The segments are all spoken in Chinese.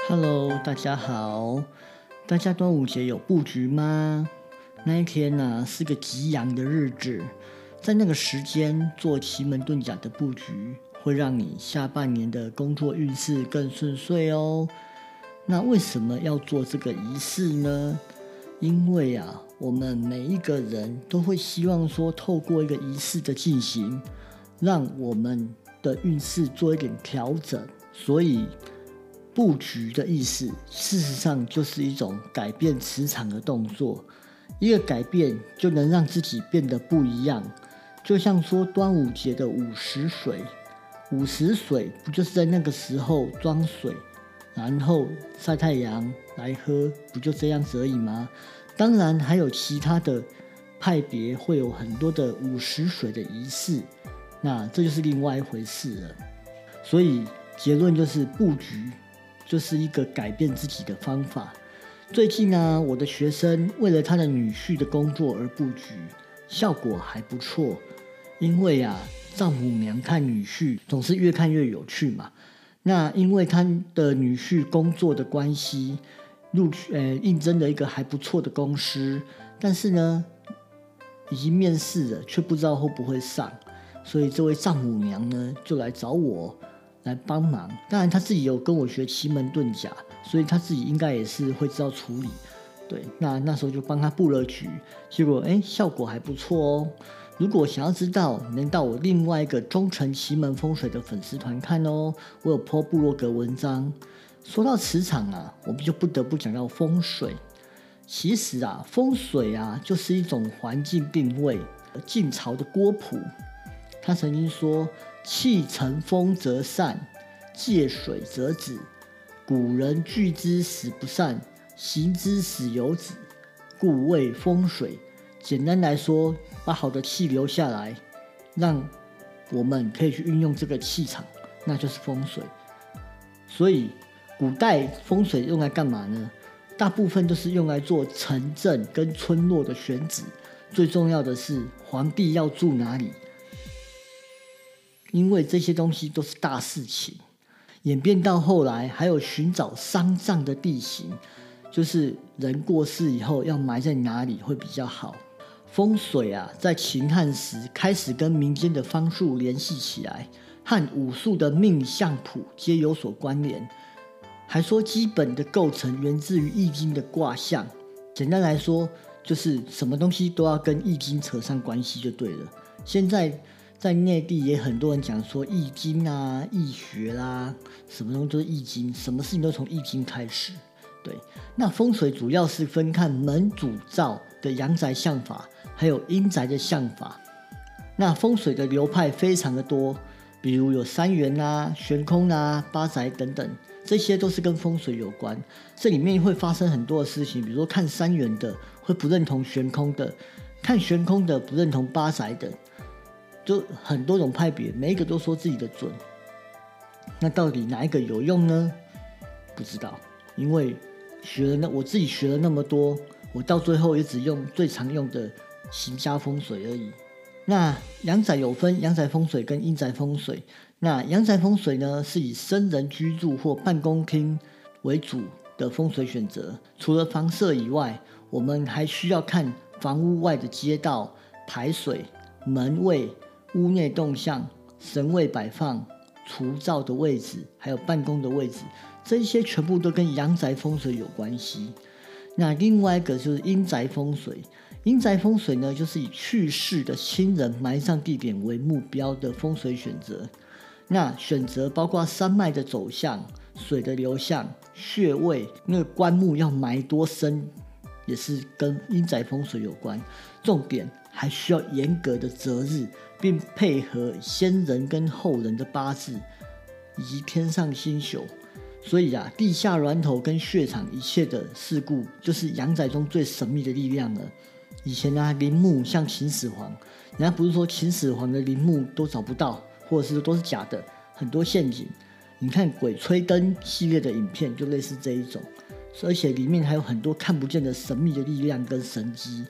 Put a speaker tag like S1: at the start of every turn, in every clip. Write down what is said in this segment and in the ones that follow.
S1: Hello，大家好。大家端午节有布局吗？那一天呢，是个吉阳的日子，在那个时间做奇门遁甲的布局，会让你下半年的工作运势更顺遂哦。那为什么要做这个仪式呢？因为我们每一个人都会希望说，透过一个仪式的进行，让我们的运势做一点调整，所以布局的意思，事实上就是一种改变磁场的动作。一个改变就能让自己变得不一样。就像说端午节的午时水不就是在那个时候装水，然后晒太阳来喝，不就这样子而已吗？当然还有其他的派别会有很多的午时水的仪式，那这就是另外一回事了。所以结论就是布局就是一个改变自己的方法。最近我的学生为了他的女婿的工作而布局，效果还不错。因为丈母娘看女婿总是越看越有趣嘛。那因为他的女婿工作的关系，应征了一个还不错的公司，但是呢，已经面试了，却不知道会不会上。所以这位丈母娘呢，就来找我来帮忙。当然他自己有跟我学奇门遁甲，所以他自己应该也是会知道处理。对，那时候就帮他布了局，结果效果还不错哦。如果想要知道，能到我另外一个忠诚奇门风水的粉丝团看哦，我有 po 部落格文章。说到磁场我们就不得不讲到风水。其实风水就是一种环境定位。晋朝的郭璞他曾经说，气成风则散，借水则止。古人聚之死不散，行之死有止，故谓风水。简单来说，把好的气留下来，让我们可以去运用这个气场，那就是风水。所以古代风水用来干嘛呢？大部分都是用来做城镇跟村落的选址，最重要的是皇帝要住哪里，因为这些东西都是大事情。演变到后来还有寻找丧葬的地形，就是人过世以后要埋在哪里会比较好。风水在秦汉时开始跟民间的方术联系起来，和武术的命相谱皆有所关联。还说基本的构成源自于易经的卦象。简单来说，就是什么东西都要跟易经扯上关系就对了。现在在内地也很多人讲说易经易学啦，什么东西都是易经，什么事情都从易经开始。对，那风水主要是分看门主灶的阳宅相法，还有阴宅的相法。那风水的流派非常的多，比如有三元悬空八宅等等，这些都是跟风水有关。这里面会发生很多的事情，比如说看三元的会不认同悬空的，看悬空的不认同八宅的，就很多种派别，每一个都说自己的准。那到底哪一个有用呢？不知道，因为我自己学了那么多，我到最后也只用最常用的行家风水而已。那阳宅有分阳宅风水跟阴宅风水。那阳宅风水呢，是以生人居住或办公厅为主的风水选择。除了房舍以外，我们还需要看房屋外的街道、排水、门卫、屋内动向、神位摆放、厨灶的位置，还有办公的位置，这些全部都跟阳宅风水有关系。那另外一个就是阴宅风水。阴宅风水呢，就是以去世的亲人埋葬地点为目标的风水选择。那选择包括山脉的走向、水的流向、穴位，那个棺木要埋多深，也是跟阴宅风水有关。重点还需要严格的择日，并配合先人跟后人的八字以及天上星宿。所以地下峦头跟穴场一切的事故，就是阳宅中最神秘的力量了。以前陵墓像秦始皇，人家不是说秦始皇的陵墓都找不到，或者是都是假的，很多陷阱。你看鬼吹灯系列的影片就类似这一种，而且里面还有很多看不见的神秘的力量跟神机。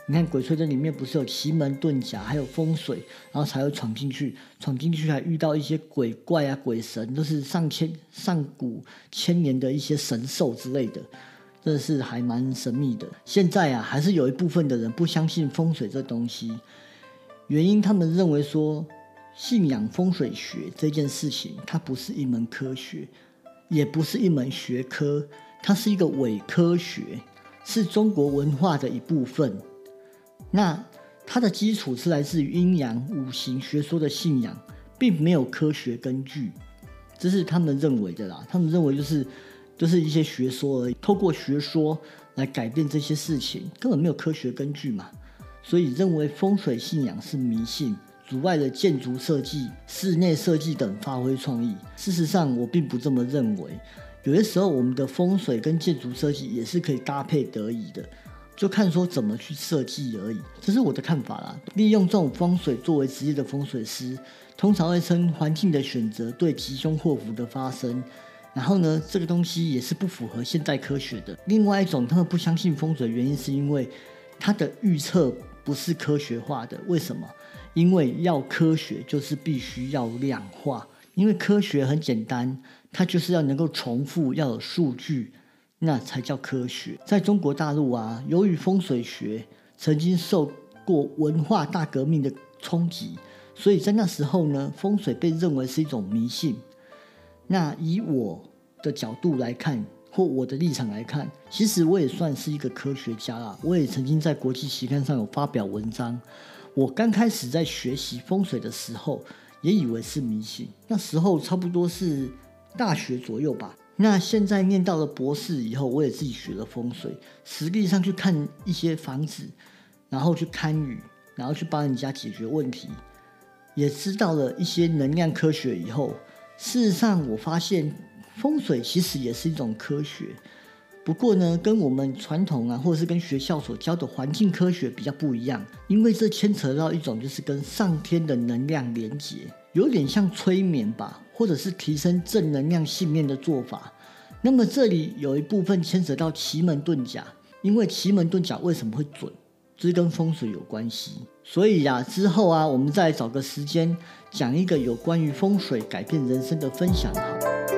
S1: 你看《鬼吹灯》里面不是有奇门遁甲，还有风水，然后才会闯进去还遇到一些鬼怪啊、鬼神，都是上古千年的一些神兽之类的，真的是还蛮神秘的。现在啊，还是有一部分的人不相信风水这东西，原因他们认为说，信仰风水学这件事情，它不是一门科学，也不是一门学科，它是一个伪科学，是中国文化的一部分。那它的基础是来自于阴阳五行学说的信仰，并没有科学根据，这是他们认为的啦。他们认为就是一些学说而已，透过学说来改变这些事情，根本没有科学根据嘛。所以认为风水信仰是迷信，阻碍了建筑设计、室内设计等发挥创意。事实上，我并不这么认为。有些时候，我们的风水跟建筑设计也是可以搭配得宜的。就看说怎么去设计而已，这是我的看法啦。利用这种风水作为职业的风水师，通常会称环境的选择对吉凶祸福的发生。然后呢，这个东西也是不符合现代科学的。另外一种，他们不相信风水的原因是因为它的预测不是科学化的。为什么？因为要科学就是必须要量化，因为科学很简单，它就是要能够重复，要有数据。那才叫科学。在中国大陆啊，由于风水学曾经受过文化大革命的冲击，所以在那时候呢，风水被认为是一种迷信。那以我的角度来看，或我的立场来看，其实我也算是一个科学家啦。我也曾经在国际期刊上有发表文章。我刚开始在学习风水的时候，也以为是迷信。那时候差不多是大学左右吧。那现在念到了博士以后，我也自己学了风水，实际上去看一些房子，然后去堪舆，然后去帮人家解决问题，也知道了一些能量科学以后，事实上我发现风水其实也是一种科学，不过呢，跟我们传统啊，或者是跟学校所教的环境科学比较不一样，因为这牵扯到一种就是跟上天的能量连结，有点像催眠吧，或者是提升正能量信念的做法。那么这里有一部分牵扯到奇门遁甲，因为奇门遁甲为什么会准，这跟风水有关系。所以啊，之后啊，我们再来找个时间讲一个有关于风水改变人生的分享好。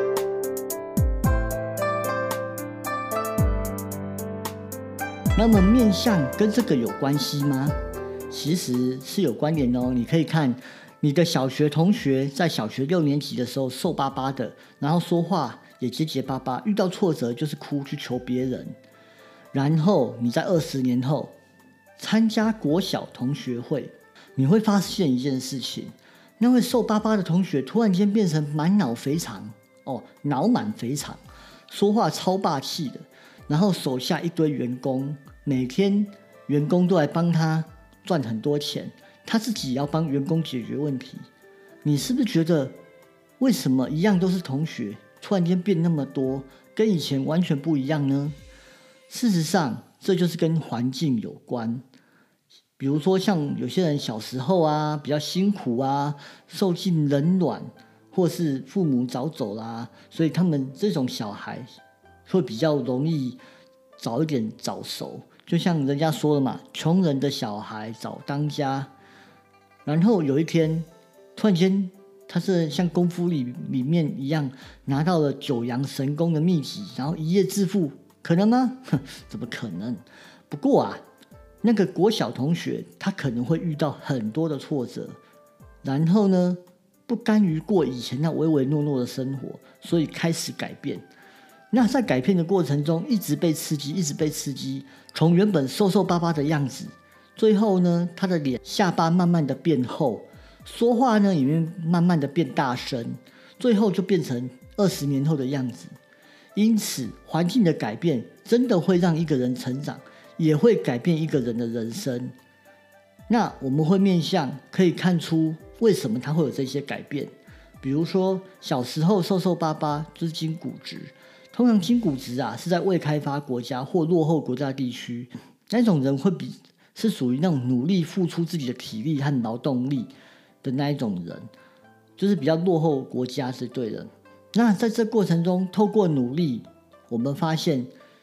S1: 那么面相跟这个有关系吗？其实是有关联哦。你可以看你的小学同学在小学6年级的时候瘦巴巴的，然后说话也结结巴巴，遇到挫折就是哭去求别人。然后你在20年后参加国小同学会，你会发现一件事情，那位瘦巴巴的同学突然间变成满脑肥肠哦，脑满肥肠，说话超霸气的，然后手下一堆员工，每天员工都来帮他赚很多钱，他自己也要帮员工解决问题。你是不是觉得为什么一样都是同学，突然间变那么多，跟以前完全不一样呢？事实上，这就是跟环境有关。比如说像有些人小时候啊比较辛苦啊，受尽冷暖，或是父母早走啦，所以他们这种小孩会比较容易早一点早熟。就像人家说了嘛，穷人的小孩早当家。然后有一天突然间他是像功夫里面一样拿到了九阳神功的秘籍，然后一夜致富，可能吗？怎么可能？不过啊，那个国小同学他可能会遇到很多的挫折，然后呢不甘于过以前那唯唯诺诺的生活，所以开始改变。那在改变的过程中一直被刺激，从原本瘦瘦巴巴的样子，最后呢他的脸下巴慢慢的变厚，说话呢也慢慢的变大声，最后就变成20年后的样子。因此环境的改变真的会让一个人成长，也会改变一个人的人生。那我们会面向可以看出为什么他会有这些改变。比如说小时候瘦瘦巴巴就是筋骨质，通常筋骨质啊是在未开发国家或落后国家地区，那种人是属于那种努力付出自己的体力和劳动力的那一种人，就是比较落后国家是对的。那在这过程中透过努力，我们发现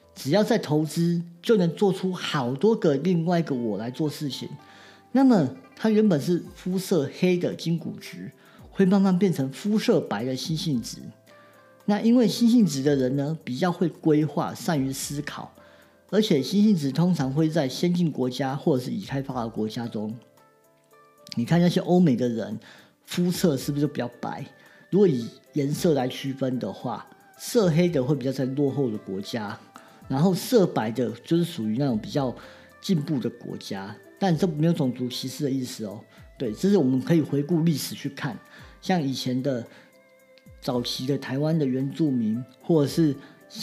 S1: 只要在投资，就能做出好多个另外一个我来做事情。那么它原本是肤色黑的金骨质，会慢慢变成肤色白的新性质。那因为新性质的人呢，比较会规划，善于思考，而且新性质通常会在先进国家或者是已开发的国家中。你看那些欧美的人，肤色是不是就比较白？如果以颜色来区分的话，色黑的会比较在落后的国家，然后色白的就是属于那种比较进步的国家。但这没有种族歧视的意思哦。对，这是我们可以回顾历史去看，像以前的早期的台湾的原住民，或者是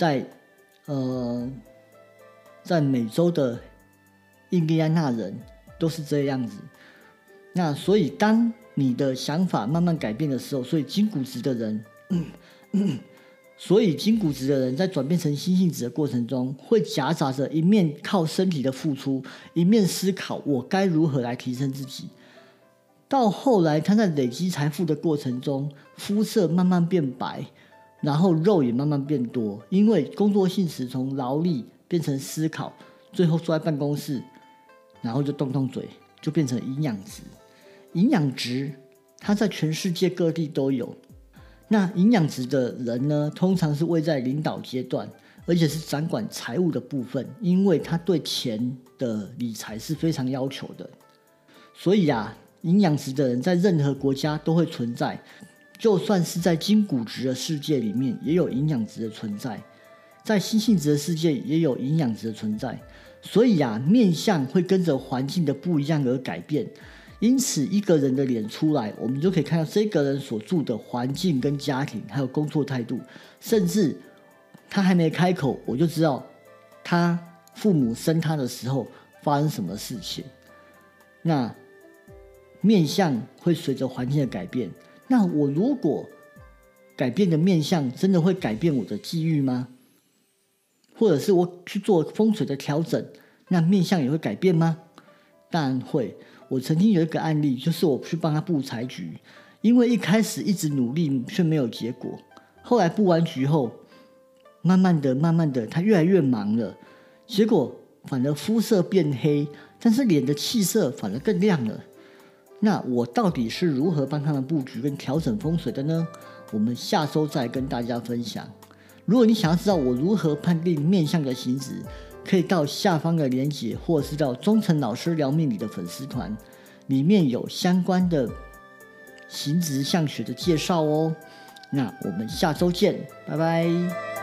S1: 在美洲的印第安纳人，都是这样子。那所以当你的想法慢慢改变的时候，所以金骨质的人在转变成新性质的过程中，会夹杂着一面靠身体的付出，一面思考我该如何来提升自己。到后来他在累积财富的过程中，肤色慢慢变白，然后肉也慢慢变多，因为工作性质从劳力变成思考，最后坐在办公室，然后就动嘴，就变成营养值。营养值它在全世界各地都有。那营养值的人呢，通常是位在领导阶段，而且是掌管财务的部分，因为他对钱的理财是非常要求的。所以营养值的人在任何国家都会存在，就算是在金骨质的世界里面，也有营养值的存在，在新性质的世界也有营养值的存在。所以面相会跟着环境的不一样而改变。因此一个人的脸出来，我们就可以看到这个人所住的环境跟家庭，还有工作态度，甚至他还没开口，我就知道他父母生他的时候发生什么事情。那面相会随着环境的改变，那我如果改变的面相真的会改变我的际遇吗？或者是我去做风水的调整，那面相也会改变吗？当然会。我曾经有一个案例，就是我去帮他布财局，因为一开始一直努力却没有结果，后来布完局后，慢慢的他越来越忙了，结果反而肤色变黑，但是脸的气色反而更亮了。那我到底是如何帮他们布局跟调整风水的呢？我们下周再跟大家分享。如果你想要知道我如何判定面相的形质，可以到下方的连结，或者是到忠诚老师聊命理的粉丝团，里面有相关的形质相学的介绍哦。那我们下周见，拜拜。